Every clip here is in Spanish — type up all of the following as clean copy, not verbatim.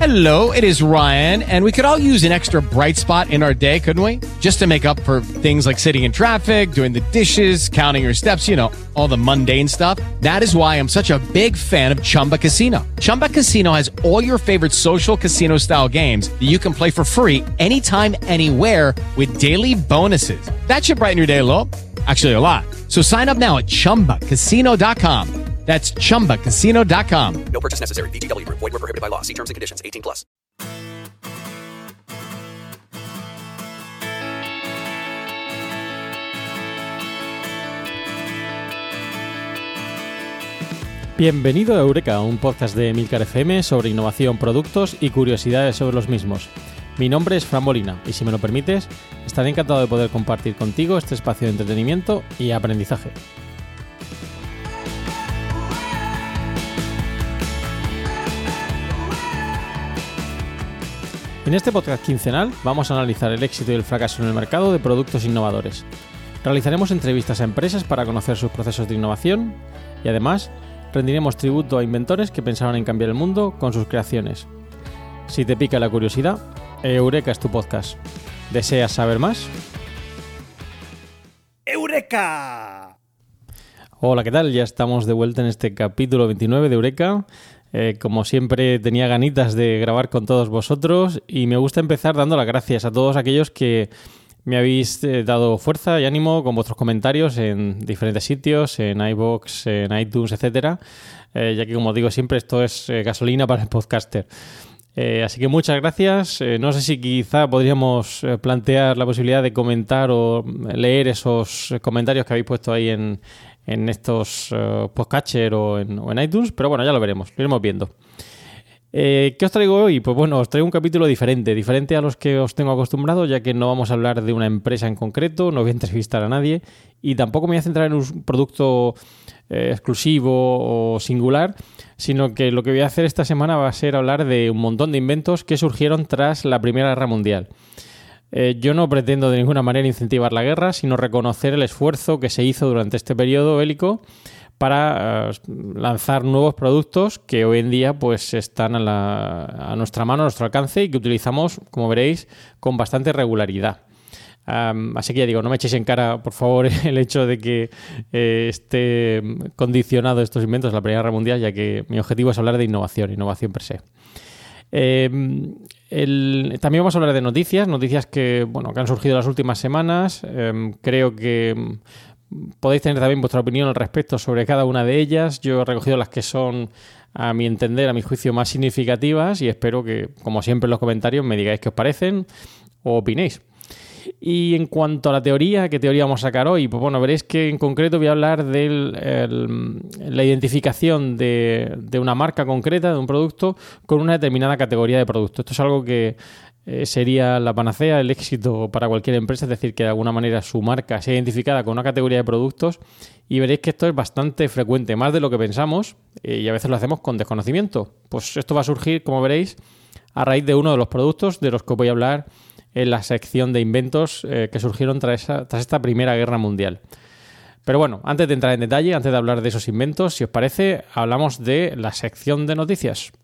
Hello, it is Ryan, and we could all use an extra bright spot in our day, couldn't we? Just to make up for things like sitting in traffic, doing the dishes, counting your steps, you know, all the mundane stuff. That is why I'm such a big fan of Chumba Casino. Chumba Casino has all your favorite social casino-style games that you can play for free anytime, anywhere with daily bonuses. That should brighten your day a little. Actually, a lot. So sign up now at ChumbaCasino.com. That's ChumbaCasino.com. No purchase necessary. VGW Group. Void where prohibited by law. See terms and conditions. 18+. Bienvenido a Eureka, un podcast de Emilcar FM sobre innovación, productos y curiosidades sobre los mismos. Mi nombre es Fran Molina y si me lo permites, estaré encantado de poder compartir contigo este espacio de entretenimiento y aprendizaje. En este podcast quincenal vamos a analizar el éxito y el fracaso en el mercado de productos innovadores. Realizaremos entrevistas a empresas para conocer sus procesos de innovación y además rendiremos tributo a inventores que pensaron en cambiar el mundo con sus creaciones. Si te pica la curiosidad, Eureka es tu podcast. ¿Deseas saber más? ¡Eureka! Hola, ¿qué tal? Ya estamos de vuelta en este capítulo 29 de Eureka. Como siempre tenía ganitas de grabar con todos vosotros y me gusta empezar dando las gracias a todos aquellos que me habéis dado fuerza y ánimo con vuestros comentarios en diferentes sitios, en iVoox, en iTunes, etcétera, ya que como digo siempre esto es gasolina para el podcaster. Así que muchas gracias. No sé si quizá podríamos plantear la posibilidad de comentar o leer esos comentarios que habéis puesto ahí en estos podcatcher o en iTunes, pero bueno, ya lo veremos, lo iremos viendo. ¿Qué os traigo hoy? Pues bueno, os traigo un capítulo diferente a los que os tengo acostumbrado, ya que no vamos a hablar de una empresa en concreto, no voy a entrevistar a nadie y tampoco me voy a centrar en un producto exclusivo o singular, sino que lo que voy a hacer esta semana va a ser hablar de un montón de inventos que surgieron tras la Primera Guerra Mundial. Yo no pretendo de ninguna manera incentivar la guerra, sino reconocer el esfuerzo que se hizo durante este periodo bélico para lanzar nuevos productos que hoy en día pues están a nuestra mano, a nuestro alcance y que utilizamos, como veréis, con bastante regularidad. Así que ya digo, no me echéis en cara, por favor, el hecho de que esté condicionado estos inventos a la Primera Guerra Mundial, ya que mi objetivo es hablar de innovación per se. También vamos a hablar de noticias que han surgido en las últimas semanas. Creo que podéis tener también vuestra opinión al respecto sobre cada una de ellas. Yo he recogido las que son, a mi entender, a mi juicio, más significativas y espero que, como siempre en los comentarios, me digáis qué os parecen o opinéis. Y en cuanto a la teoría, ¿qué teoría vamos a sacar hoy? Pues bueno, veréis que en concreto voy a hablar de la identificación de una marca concreta, de un producto, con una determinada categoría de producto. Esto es algo que sería la panacea, el éxito para cualquier empresa, es decir, que de alguna manera su marca sea identificada con una categoría de productos y veréis que esto es bastante frecuente, más de lo que pensamos y a veces lo hacemos con desconocimiento. Pues esto va a surgir, como veréis, a raíz de uno de los productos de los que os voy a hablar en la sección de inventos que surgieron tras esta Primera Guerra Mundial. Pero bueno, antes de entrar en detalle, antes de hablar de esos inventos, si os parece, hablamos de la sección de noticias.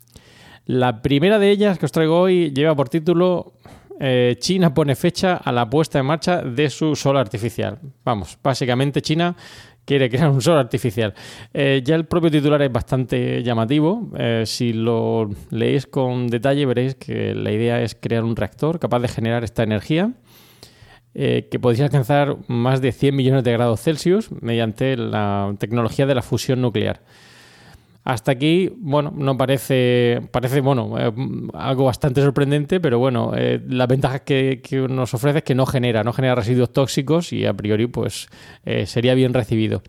La primera de ellas que os traigo hoy lleva por título China pone fecha a la puesta en marcha de su sol artificial. Vamos, básicamente China quiere crear un sol artificial. Ya el propio titular es bastante llamativo. Si lo leéis con detalle veréis que la idea es crear un reactor capaz de generar esta energía que podría alcanzar más de 100 millones de grados Celsius mediante la tecnología de la fusión nuclear. Hasta aquí, bueno, no parece algo bastante sorprendente, pero bueno, la ventaja que nos ofrece es que no genera residuos tóxicos y a priori pues sería bien recibido.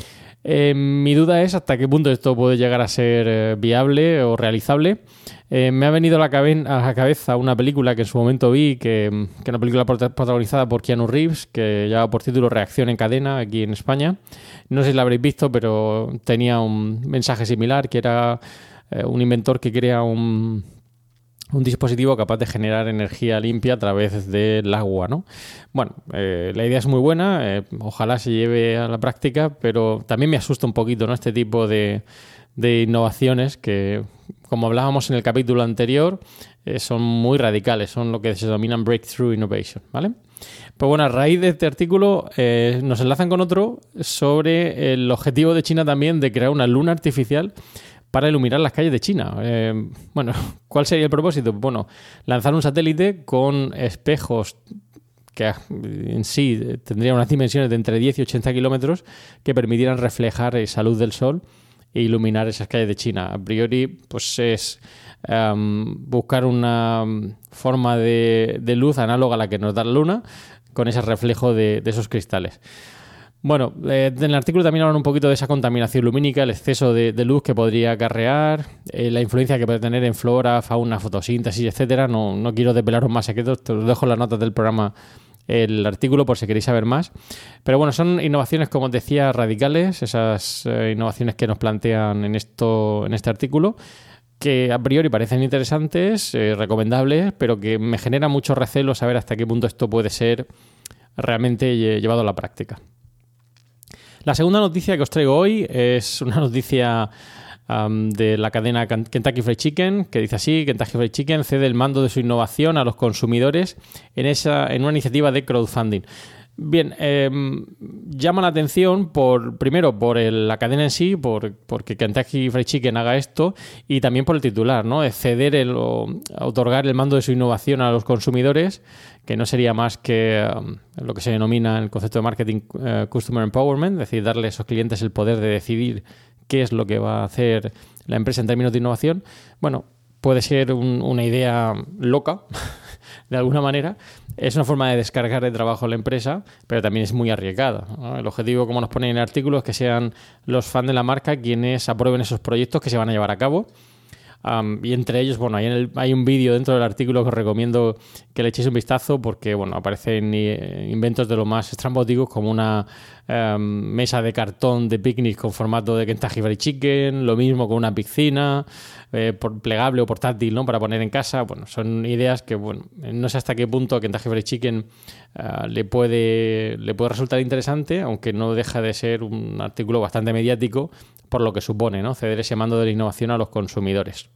Mi duda es hasta qué punto esto puede llegar a ser viable o realizable. Me ha venido a la cabeza una película que en su momento vi, que es una película protagonizada por Keanu Reeves, que lleva por título Reacción en cadena aquí en España. No sé si la habréis visto, pero tenía un mensaje similar, que era un inventor que crea un dispositivo capaz de generar energía limpia a través del agua, ¿no? Bueno, la idea es muy buena, ojalá se lleve a la práctica, pero también me asusta un poquito, ¿no? Este tipo de innovaciones que como hablábamos en el capítulo anterior, son muy radicales, son lo que se denominan Breakthrough Innovation, ¿vale? Pues bueno, a raíz de este artículo nos enlazan con otro sobre el objetivo de China también de crear una luna artificial para iluminar las calles de China. Bueno, ¿cuál sería el propósito? Bueno, lanzar un satélite con espejos que en sí tendrían unas dimensiones de entre 10 y 80 kilómetros que permitieran reflejar esa luz del sol e iluminar esas calles de China. A priori, pues es buscar una forma de luz análoga a la que nos da la luna con ese reflejo de esos cristales. Bueno, en el artículo también hablan un poquito de esa contaminación lumínica, el exceso de luz que podría acarrear, la influencia que puede tener en flora, fauna, fotosíntesis, etcétera. No quiero desvelaros más secretos, te los dejo en las notas del programa el artículo por si queréis saber más. Pero bueno, son innovaciones, como os decía, radicales, esas innovaciones que nos plantean en este artículo, que a priori parecen interesantes, recomendables, pero que me genera mucho recelo saber hasta qué punto esto puede ser realmente llevado a la práctica. La segunda noticia que os traigo hoy es una noticia de la cadena Kentucky Fried Chicken, que dice así: Kentucky Fried Chicken cede el mando de su innovación a los consumidores en una iniciativa de crowdfunding. Bien, llama la atención primero por la cadena en sí, porque Kentucky Fried Chicken haga esto, y también por el titular, ¿no? Es ceder otorgar el mando de su innovación a los consumidores, que no sería más que lo que se denomina el concepto de marketing customer empowerment, es decir, darle a esos clientes el poder de decidir qué es lo que va a hacer la empresa en términos de innovación. Bueno, puede ser una idea loca, de alguna manera. Es una forma de descargar de trabajo a la empresa, pero también es muy arriesgada, ¿no? El objetivo, como nos pone en el artículo, es que sean los fans de la marca quienes aprueben esos proyectos que se van a llevar a cabo. Y entre ellos, bueno, hay un vídeo dentro del artículo que os recomiendo que le echéis un vistazo, porque bueno, aparecen inventos de lo más estrambóticos, como una mesa de cartón de picnic con formato de Kentucky Fried Chicken, lo mismo con una piscina plegable o portátil, ¿no?, para poner en casa. Bueno, son ideas que, bueno, no sé hasta qué punto a Kentucky Fried Chicken le puede resultar interesante, aunque no deja de ser un artículo bastante mediático por lo que supone, ¿no?, ceder ese mando de la innovación a los consumidores.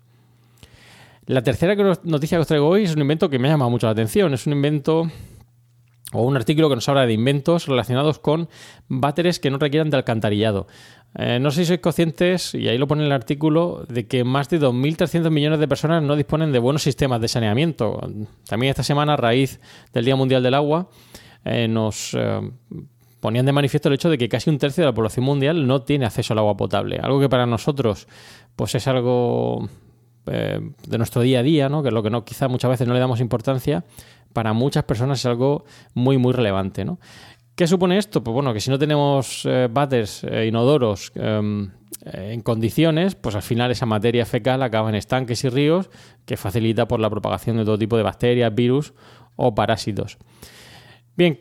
La tercera noticia que os traigo hoy es un invento que me ha llamado mucho la atención. Es un invento o un artículo que nos habla de inventos relacionados con váteres que no requieran de alcantarillado. No sé si sois conscientes, y ahí lo pone en el artículo, de que más de 2.300 millones de personas no disponen de buenos sistemas de saneamiento. También esta semana, a raíz del Día Mundial del Agua, nos ponían de manifiesto el hecho de que casi un tercio de la población mundial no tiene acceso al agua potable. Algo que para nosotros pues es algo de nuestro día a día, ¿no?, que es lo que quizá muchas veces no le damos importancia. Para muchas personas es algo muy, muy relevante, ¿no? ¿Qué supone esto? Pues bueno, que si no tenemos váteres, inodoros en condiciones, pues al final esa materia fecal acaba en estanques y ríos, que facilita por la propagación de todo tipo de bacterias, virus o parásitos. Bien,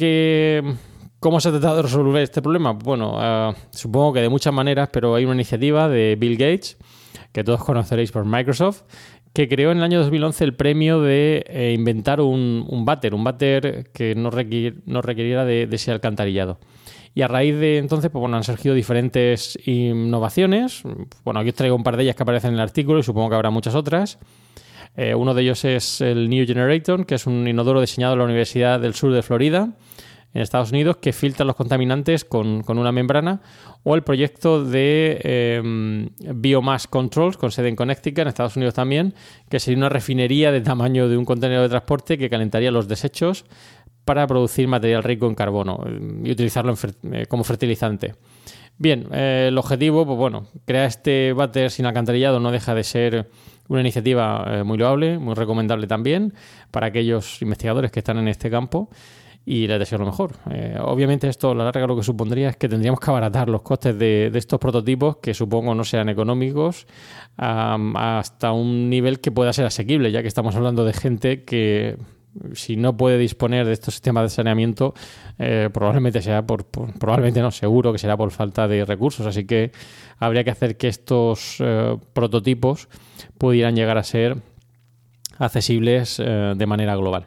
¿cómo se ha tratado de resolver este problema? Bueno, supongo que de muchas maneras, pero hay una iniciativa de Bill Gates, que todos conoceréis por Microsoft, que creó en el año 2011 el premio de inventar un váter que no requiriera de ese alcantarillado. Y a raíz de entonces, pues bueno, han surgido diferentes innovaciones. Bueno, aquí os traigo un par de ellas que aparecen en el artículo y supongo que habrá muchas otras. Uno de ellos es el New Generator, que es un inodoro diseñado en la Universidad del Sur de Florida, en Estados Unidos, que filtra los contaminantes con una membrana, o el proyecto de Biomass Controls, con sede en Connecticut, en Estados Unidos también, que sería una refinería de tamaño de un contenedor de transporte que calentaría los desechos para producir material rico en carbono y utilizarlo como fertilizante. Bien, el objetivo, pues bueno, crear este váter sin alcantarillado no deja de ser una iniciativa muy loable, muy recomendable también para aquellos investigadores que están en este campo. Y les deseo lo mejor. Obviamente esto a la larga lo que supondría es que tendríamos que abaratar los costes de estos prototipos, que supongo no sean económicos, hasta un nivel que pueda ser asequible, ya que estamos hablando de gente que, si no puede disponer de estos sistemas de saneamiento, probablemente sea probablemente no, seguro que será por falta de recursos. Así que habría que hacer que estos prototipos pudieran llegar a ser accesibles de manera global.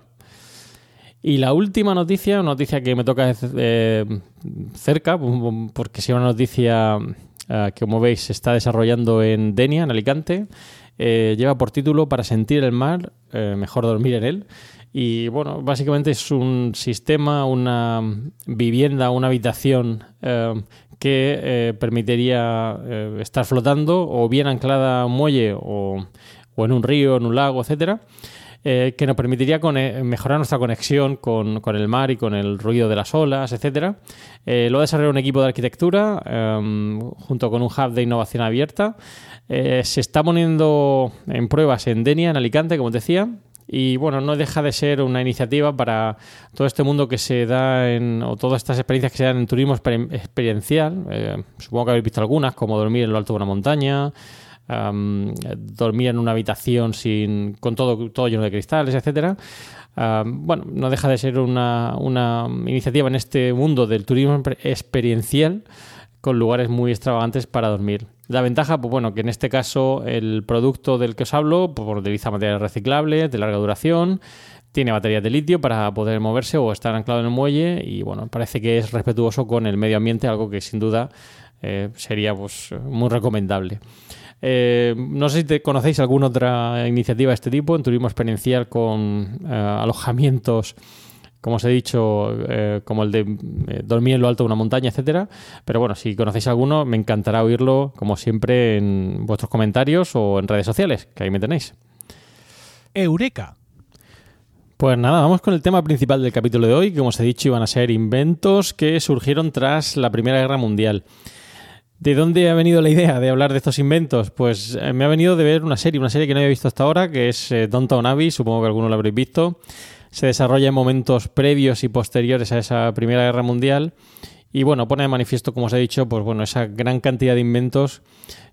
Y la última noticia, una noticia que me toca cerca, porque si es una noticia que, como veis, se está desarrollando en Denia, en Alicante, lleva por título Para sentir el mar, mejor dormir en él. Y bueno, básicamente es un sistema, una vivienda, una habitación que permitiría estar flotando o bien anclada a un muelle o en un río, en un lago, etcétera, que nos permitiría mejorar nuestra conexión con el mar y con el ruido de las olas, etcétera. Lo ha desarrollado un equipo de arquitectura junto con un hub de innovación abierta. Se está poniendo en pruebas en Denia, en Alicante, como te decía. Y bueno, no deja de ser una iniciativa para todo este mundo que se da o todas estas experiencias que se dan en turismo experiencial. Supongo que habéis visto algunas, como dormir en lo alto de una montaña, dormir en una habitación con todo lleno de cristales, etcétera. Bueno, no deja de ser una iniciativa en este mundo del turismo experiencial con lugares muy extravagantes para dormir. La ventaja, pues bueno, que en este caso el producto del que os hablo pues, utiliza materiales reciclables de larga duración, tiene baterías de litio para poder moverse o estar anclado en el muelle y bueno, parece que es respetuoso con el medio ambiente, algo que sin duda sería pues muy recomendable. No sé si conocéis alguna otra iniciativa de este tipo en turismo experiencial con alojamientos, como os he dicho, como el de dormir en lo alto de una montaña, etcétera. Pero bueno, si conocéis alguno, me encantará oírlo, como siempre, en vuestros comentarios o en redes sociales, que ahí me tenéis. Eureka. Pues nada, vamos con el tema principal del capítulo de hoy, que como os he dicho iban a ser inventos que surgieron tras la Primera Guerra Mundial. ¿De dónde ha venido la idea de hablar de estos inventos? Pues me ha venido de ver una serie que no había visto hasta ahora, que es Downton Abbey, supongo que alguno lo habréis visto. Se desarrolla en momentos previos y posteriores a esa Primera Guerra Mundial y bueno, pone de manifiesto, como os he dicho, pues bueno, esa gran cantidad de inventos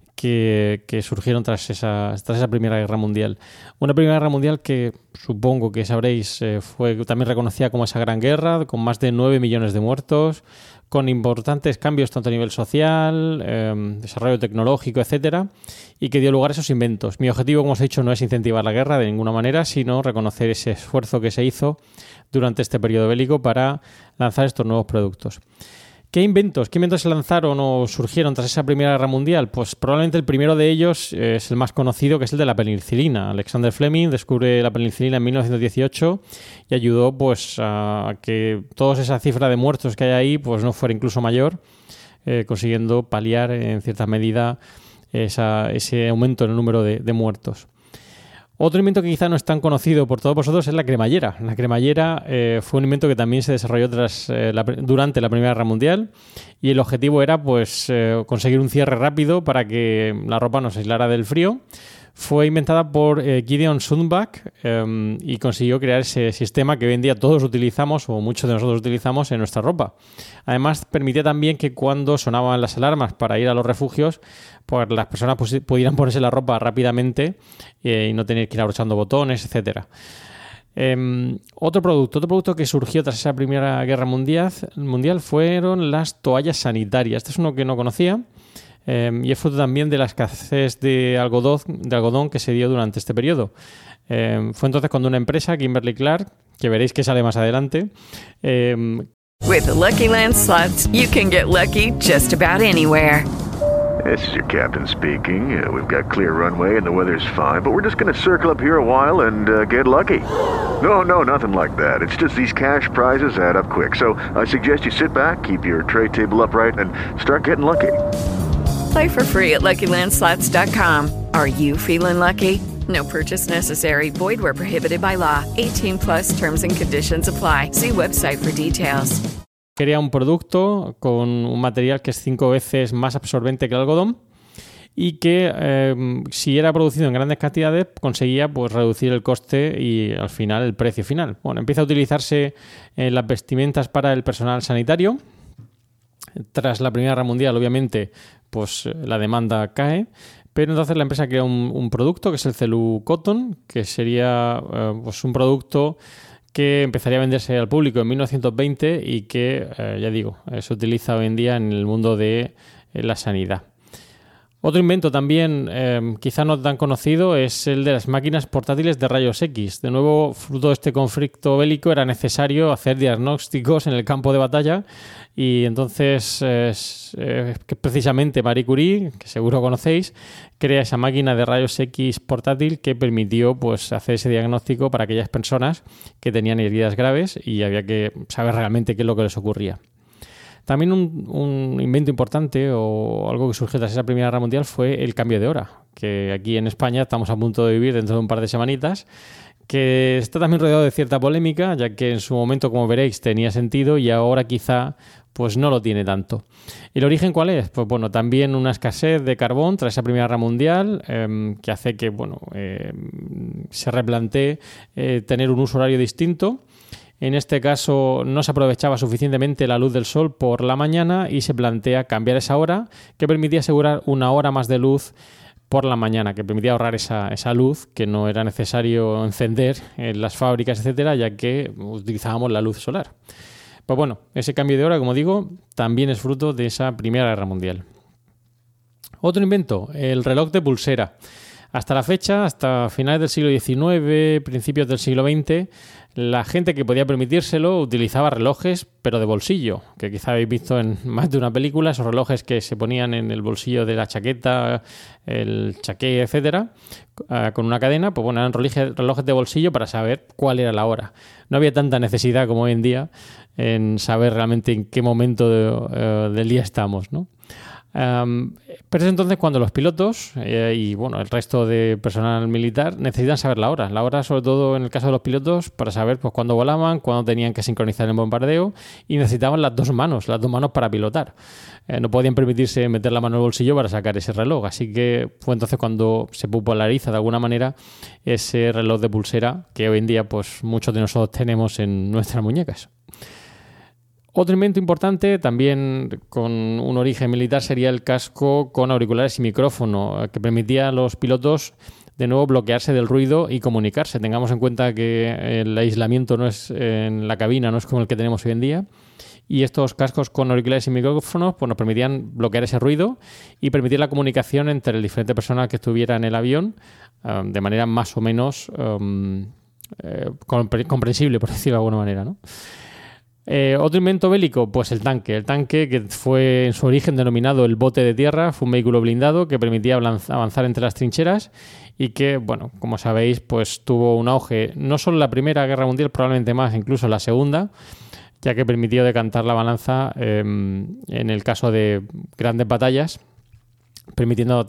que surgieron tras esa Primera Guerra Mundial. Una Primera Guerra Mundial que supongo que sabréis fue también reconocida como esa gran guerra, con más de 9 millones de muertos, con importantes cambios tanto a nivel social, desarrollo tecnológico, etcétera, y que dio lugar a esos inventos. Mi objetivo, como os he dicho, no es incentivar la guerra de ninguna manera, sino reconocer ese esfuerzo que se hizo durante este periodo bélico para lanzar estos nuevos productos. ¿Qué inventos se lanzaron o surgieron tras esa Primera Guerra Mundial? Pues probablemente el primero de ellos es el más conocido, que es el de la penicilina. Alexander Fleming descubre la penicilina en 1918 y ayudó pues a que toda esa cifra de muertos que hay ahí pues no fuera incluso mayor, consiguiendo paliar en cierta medida ese aumento en el número de muertos. Otro invento que quizá no es tan conocido por todos vosotros es la cremallera. La cremallera fue un invento que también se desarrolló durante la Primera Guerra Mundial y el objetivo era pues conseguir un cierre rápido para que la ropa no se aislara del frío. Fue inventada por Gideon Sundback y consiguió crear ese sistema que hoy en día todos utilizamos o muchos de nosotros utilizamos en nuestra ropa. Además, permitía también que cuando sonaban las alarmas para ir a los refugios, pues las personas pudieran ponerse la ropa rápidamente y no tener que ir abrochando botones, etcétera. Otro producto que surgió tras esa Primera Guerra Mundial fueron las toallas sanitarias. Este es uno que no conocía. Y es fruto también de la escasez de algodón que se dio durante este periodo. Fue entonces cuando una empresa, Kimberly-Clark, que veréis que sale más adelante. With the Lucky Land Slots, you can get lucky just about anywhere. This is your captain speaking. We've got clear runway and the weather's fine, but we're just going to circle up here a while and get lucky. No, nothing like that. It's just these cash prizes add up quick. So I suggest you sit back, keep your tray table upright, and start getting lucky. Play for free at LuckyLandSlots.com. Are you feeling lucky? No purchase necessary. Void where prohibited by law. 18 plus terms and conditions apply. See website for details. Crea un producto con un material que es 5 veces más absorbente que el algodón y que si era producido en grandes cantidades conseguía pues reducir el coste y al final el precio final. Bueno, empieza a utilizarse en las vestimentas para el personal sanitario. Tras la Primera Guerra Mundial, obviamente, pues la demanda cae, pero entonces la empresa crea un producto que es el Celu Cotton, que sería pues un producto que empezaría a venderse al público en 1920 y que, ya digo, se utiliza hoy en día en el mundo de la sanidad. Otro invento también, quizá no tan conocido, es el de las máquinas portátiles de rayos X. De nuevo, fruto de este conflicto bélico, era necesario hacer diagnósticos en el campo de batalla y entonces que precisamente Marie Curie, que seguro conocéis, crea esa máquina de rayos X portátil que permitió pues, hacer ese diagnóstico para aquellas personas que tenían heridas graves y había que saber realmente qué es lo que les ocurría. También un invento importante o algo que surgió tras esa Primera Guerra Mundial fue el cambio de hora, que aquí en España estamos a punto de vivir dentro de un par de semanitas, que está también rodeado de cierta polémica, ya que en su momento, como veréis, tenía sentido y ahora quizá pues no lo tiene tanto. ¿El origen cuál es? Pues bueno, también una escasez de carbón tras esa Primera Guerra Mundial que hace que se replantee tener un uso horario distinto. En este caso no se aprovechaba suficientemente la luz del sol por la mañana y se plantea cambiar esa hora, que permitía asegurar una hora más de luz por la mañana, que permitía ahorrar esa luz que no era necesario encender en las fábricas, etcétera, ya que utilizábamos la luz solar. Pues bueno, ese cambio de hora, como digo, también es fruto de esa Primera Guerra Mundial. Otro invento, el reloj de pulsera. Hasta la fecha, hasta finales del siglo XIX, principios del siglo XX, la gente que podía permitírselo utilizaba relojes, pero de bolsillo, que quizá habéis visto en más de una película, esos relojes que se ponían en el bolsillo de la chaqueta, el chaqué, etcétera, con una cadena, pues bueno, eran relojes de bolsillo para saber cuál era la hora. No había tanta necesidad como hoy en día en saber realmente en qué momento del día estamos, ¿no? Pero es entonces cuando los pilotos y bueno, el resto de personal militar necesitan saber la hora, sobre todo en el caso de los pilotos, para saber pues cuándo volaban, cuándo tenían que sincronizar el bombardeo, y necesitaban las dos manos para pilotar. No podían permitirse meter la mano en el bolsillo para sacar ese reloj, así que fue entonces cuando se populariza de alguna manera ese reloj de pulsera que hoy en día pues muchos de nosotros tenemos en nuestras muñecas. Otro invento importante, también con un origen militar, sería el casco con auriculares y micrófono, que permitía a los pilotos de nuevo bloquearse del ruido y comunicarse. Tengamos en cuenta que el aislamiento en la cabina no es como el que tenemos hoy en día, y estos cascos con auriculares y micrófonos pues nos permitían bloquear ese ruido y permitir la comunicación entre el diferente personal que estuviera en el avión de manera más o menos comprensible, por decirlo de alguna manera, ¿no? Otro invento bélico, pues el tanque. El tanque, que fue en su origen denominado el bote de tierra, fue un vehículo blindado que permitía avanzar entre las trincheras y que, bueno, como sabéis, pues tuvo un auge no solo en la Primera Guerra Mundial, probablemente más, incluso en la Segunda, ya que permitió decantar la balanza en el caso de grandes batallas, permitiendo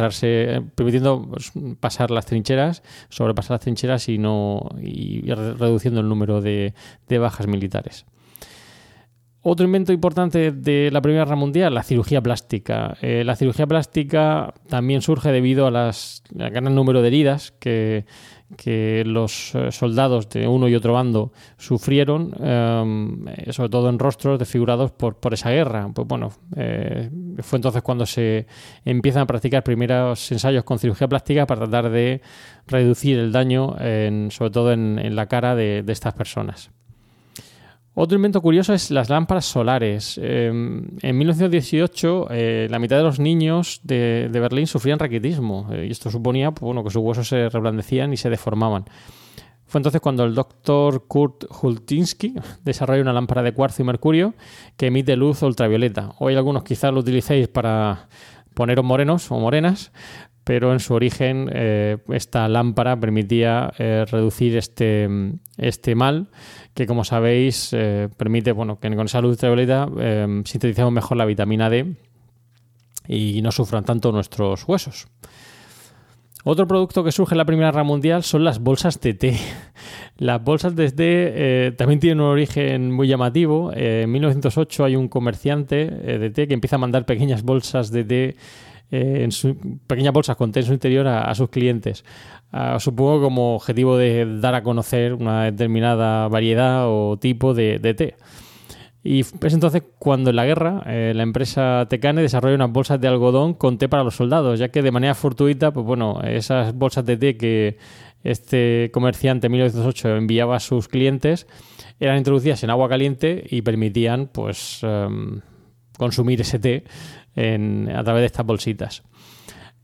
pasar las trincheras, sobrepasar las trincheras y reduciendo el número de bajas militares. Otro invento importante de la Primera Guerra Mundial, la cirugía plástica. La cirugía plástica también surge debido al gran número de heridas que los soldados de uno y otro bando sufrieron, sobre todo en rostros desfigurados por esa guerra. Pues bueno, fue entonces cuando se empiezan a practicar primeros ensayos con cirugía plástica para tratar de reducir el daño, sobre todo en la cara de estas personas. Otro invento curioso es las lámparas solares. En 1918, la mitad de los niños de Berlín sufrían raquitismo, y esto suponía pues, bueno, que sus huesos se reblandecían y se deformaban. Fue entonces cuando el doctor Kurt Hultinsky desarrolló una lámpara de cuarzo y mercurio que emite luz ultravioleta. Hoy algunos quizás lo utilicéis para poneros morenos o morenas, pero en su origen esta lámpara permitía reducir este mal que, como sabéis, permite que con esa luz ultravioleta sinteticemos mejor la vitamina D y no sufran tanto nuestros huesos. Otro producto que surge en la Primera Guerra Mundial son las bolsas de té. Las bolsas de té también tienen un origen muy llamativo. En 1908 hay un comerciante de té que empieza a mandar pequeñas bolsas de té, pequeñas bolsas con té en su interior a sus clientes. Supongo como objetivo de dar a conocer una determinada variedad o tipo de té. Y es entonces cuando en la guerra la empresa Tecane desarrolla unas bolsas de algodón con té para los soldados, ya que de manera fortuita, pues bueno, esas bolsas de té que este comerciante en 1908 enviaba a sus clientes eran introducidas en agua caliente y permitían pues consumir ese té a través de estas bolsitas.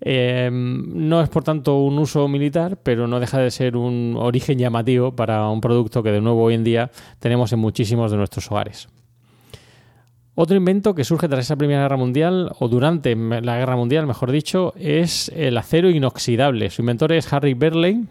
No es por tanto un uso militar, pero no deja de ser un origen llamativo para un producto que de nuevo hoy en día tenemos en muchísimos de nuestros hogares. Otro invento que surge tras esa Primera Guerra Mundial, o durante la Guerra Mundial, mejor dicho, es el acero inoxidable. Su inventor es Harry Burleigh.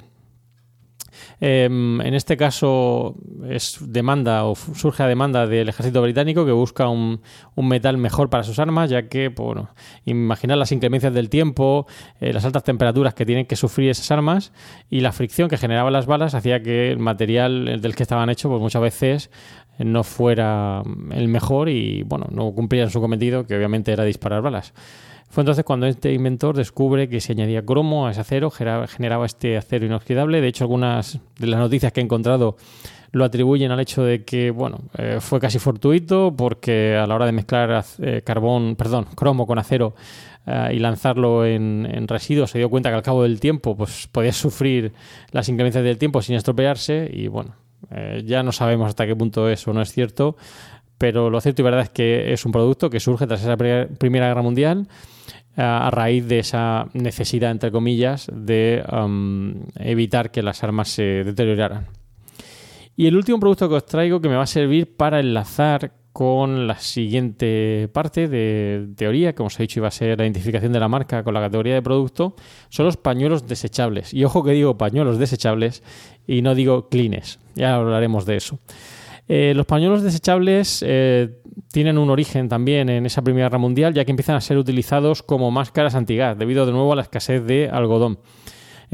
En este caso surge a demanda del ejército británico, que busca un metal mejor para sus armas, ya que, bueno, imaginar las inclemencias del tiempo, las altas temperaturas que tienen que sufrir esas armas y la fricción que generaban las balas hacía que el material del que estaban hechos pues muchas veces no fuera el mejor y, bueno, no cumplían su cometido, que obviamente era disparar balas. Fue entonces cuando este inventor descubre que si añadía cromo a ese acero, generaba este acero inoxidable. De hecho, algunas de las noticias que he encontrado lo atribuyen al hecho de que, bueno, fue casi fortuito, porque a la hora de mezclar cromo con acero y lanzarlo en residuos, se dio cuenta que al cabo del tiempo pues podía sufrir las inclemencias del tiempo sin estropearse y, bueno, ya no sabemos hasta qué punto eso no es cierto, pero lo cierto y verdad es que es un producto que surge tras esa Primera Guerra Mundial a raíz de esa necesidad, entre comillas, de evitar que las armas se deterioraran. Y el último producto que os traigo, que me va a servir para enlazar con la siguiente parte de teoría, que como os he dicho iba a ser la identificación de la marca con la categoría de producto, son los pañuelos desechables. Y ojo que digo pañuelos desechables y no digo Kleenex, ya hablaremos de eso. Los pañuelos desechables tienen un origen también en esa Primera Guerra Mundial, ya que empiezan a ser utilizados como máscaras antigas, debido de nuevo a la escasez de algodón. En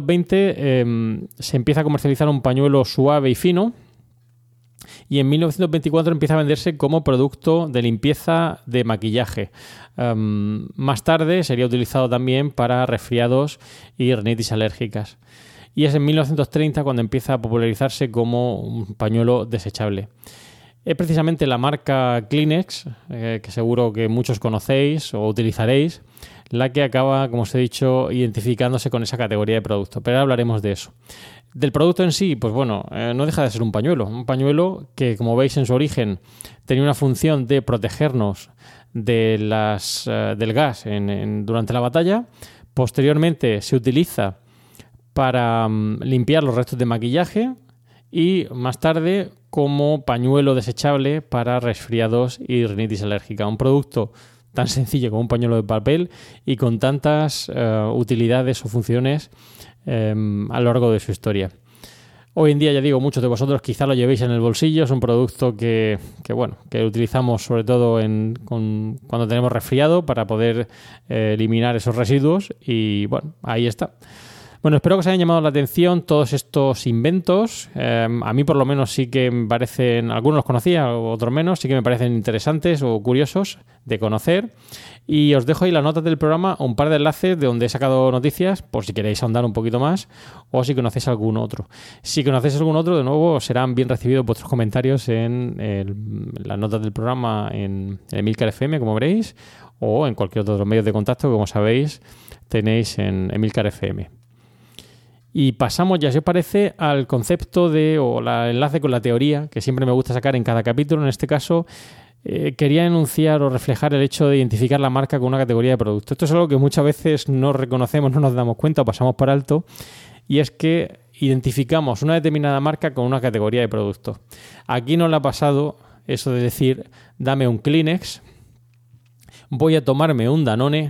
1920 se empieza a comercializar un pañuelo suave y fino, y en 1924 empieza a venderse como producto de limpieza de maquillaje. Más tarde sería utilizado también para resfriados y rinitis alérgicas. Y es en 1930 cuando empieza a popularizarse como un pañuelo desechable. Es precisamente la marca Kleenex, que seguro que muchos conocéis o utilizaréis, la que acaba, como os he dicho, identificándose con esa categoría de producto. Pero ahora hablaremos de eso. Del producto en sí, pues bueno, no deja de ser un pañuelo que, como veis en su origen, tenía una función de protegernos del gas durante la batalla. Posteriormente se utiliza para limpiar los restos de maquillaje y más tarde como pañuelo desechable para resfriados y rinitis alérgica. Un producto tan sencillo como un pañuelo de papel y con tantas utilidades o funciones a lo largo de su historia. Hoy en día, ya digo, muchos de vosotros quizá lo llevéis en el bolsillo. Es un producto que utilizamos sobre todo cuando tenemos resfriado para poder eliminar esos residuos y, bueno, ahí está. Bueno, espero que os hayan llamado la atención todos estos inventos. A mí por lo menos sí que me parecen, algunos los conocía, otros menos, sí que me parecen interesantes o curiosos de conocer. Y os dejo ahí las notas del programa, un par de enlaces de donde he sacado noticias, por si queréis ahondar un poquito más, o si conocéis algún otro. Si conocéis algún otro, de nuevo, serán bien recibidos vuestros comentarios en las notas del programa en Emilcar FM, como veréis, o en cualquier otro medio de contacto que, como sabéis, tenéis en Emilcar FM. Y pasamos ya, si os parece, al concepto o el enlace con la teoría, que siempre me gusta sacar en cada capítulo. En este caso, quería enunciar o reflejar el hecho de identificar la marca con una categoría de producto. Esto es algo que muchas veces no reconocemos, no nos damos cuenta o pasamos por alto, y es que identificamos una determinada marca con una categoría de producto. Aquí no le ha pasado eso de decir, dame un Kleenex, voy a tomarme un Danone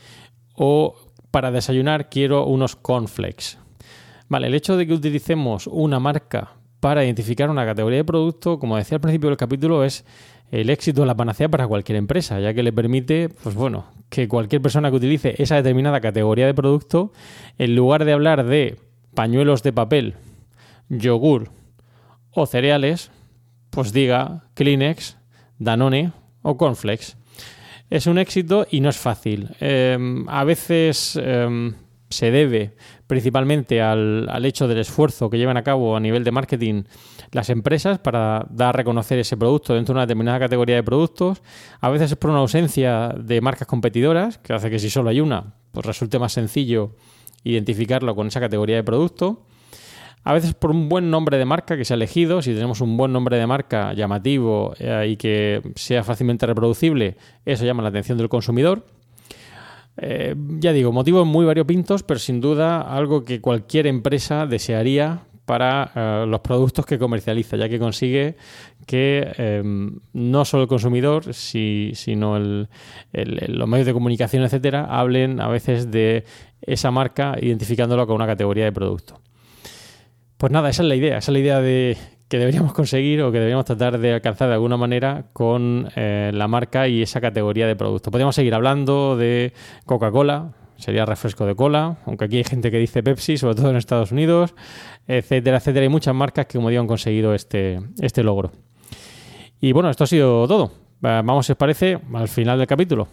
o para desayunar quiero unos cornflakes. Vale, el hecho de que utilicemos una marca para identificar una categoría de producto, como decía al principio del capítulo, es el éxito de la panacea para cualquier empresa, ya que le permite, pues bueno, que cualquier persona que utilice esa determinada categoría de producto, en lugar de hablar de pañuelos de papel, yogur o cereales, pues diga Kleenex, Danone o cornflakes. Es un éxito y no es fácil. A veces se debe principalmente al hecho del esfuerzo que llevan a cabo a nivel de marketing las empresas para dar a reconocer ese producto dentro de una determinada categoría de productos. A veces es por una ausencia de marcas competidoras, que hace que si solo hay una, pues resulte más sencillo identificarlo con esa categoría de producto. A veces por un buen nombre de marca que se ha elegido. Si tenemos un buen nombre de marca llamativo y que sea fácilmente reproducible, eso llama la atención del consumidor. Ya digo, motivos muy variopintos, pero sin duda algo que cualquier empresa desearía para los productos que comercializa, ya que consigue que no solo el consumidor, sino los medios de comunicación, etcétera, hablen a veces de esa marca identificándolo con una categoría de producto. Pues nada, esa es la idea que deberíamos conseguir o que deberíamos tratar de alcanzar de alguna manera con la marca y esa categoría de producto. Podríamos seguir hablando de Coca-Cola, sería refresco de cola, aunque aquí hay gente que dice Pepsi, sobre todo en Estados Unidos, etcétera, etcétera. Hay muchas marcas que, como digo, han conseguido este logro. Y bueno, esto ha sido todo. Vamos, si os parece, al final del capítulo.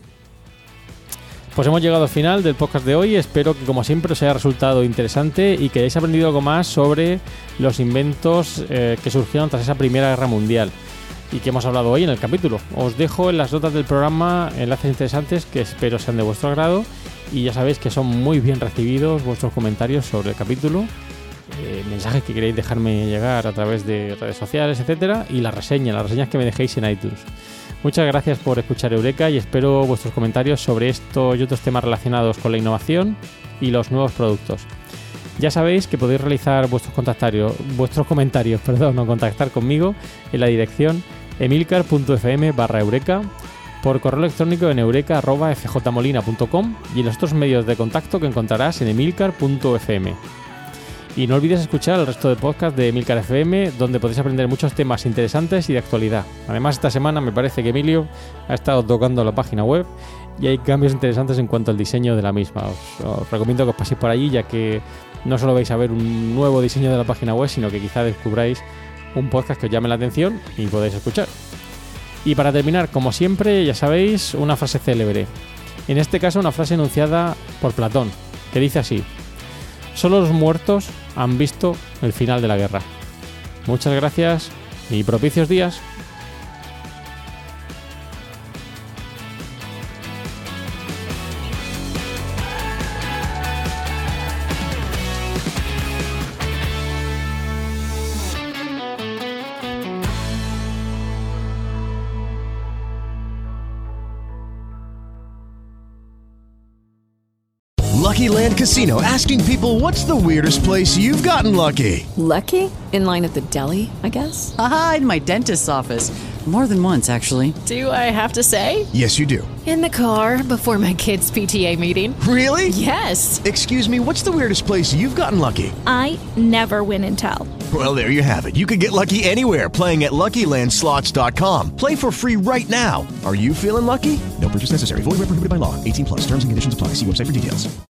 Pues hemos llegado al final del podcast de hoy. Espero que, como siempre, os haya resultado interesante y que hayáis aprendido algo más sobre los inventos que surgieron tras esa Primera Guerra Mundial y que hemos hablado hoy en el capítulo. Os dejo en las notas del programa enlaces interesantes que espero sean de vuestro agrado, y ya sabéis que son muy bien recibidos vuestros comentarios sobre el capítulo, mensajes que queréis dejarme llegar a través de redes sociales, etcétera, y las reseñas que me dejéis en iTunes. Muchas gracias por escuchar Eureka y espero vuestros comentarios sobre esto y otros temas relacionados con la innovación y los nuevos productos. Ya sabéis que podéis realizar vuestros comentarios o contactar conmigo en la dirección emilcar.fm/eureka, por correo electrónico en eureka@fjmolina.com y en los otros medios de contacto que encontrarás en emilcar.fm. Y no olvides escuchar el resto de podcast de Emilcar FM, donde podéis aprender muchos temas interesantes y de actualidad. Además, esta semana me parece que Emilio ha estado tocando la página web y hay cambios interesantes en cuanto al diseño de la misma. Os recomiendo que os paséis por allí, ya que no solo vais a ver un nuevo diseño de la página web, sino que quizá descubráis un podcast que os llame la atención y podéis escuchar. Y para terminar, como siempre, ya sabéis, una frase célebre. En este caso, una frase enunciada por Platón, que dice así: solo los muertos han visto el final de la guerra. Muchas gracias y propicios días. Lucky Land Casino, asking people, what's the weirdest place you've gotten lucky? Lucky? In line at the deli, I guess? Aha, in my dentist's office. More than once, actually. Do I have to say? Yes, you do. In the car before my kids' PTA meeting. Really? Yes. Excuse me, what's the weirdest place you've gotten lucky? I never win and tell. Well, there you have it. You can get lucky anywhere, playing at LuckyLandSlots.com. Play for free right now. Are you feeling lucky? No purchase necessary. Void where prohibited by law. 18+. Terms and conditions apply. See website for details.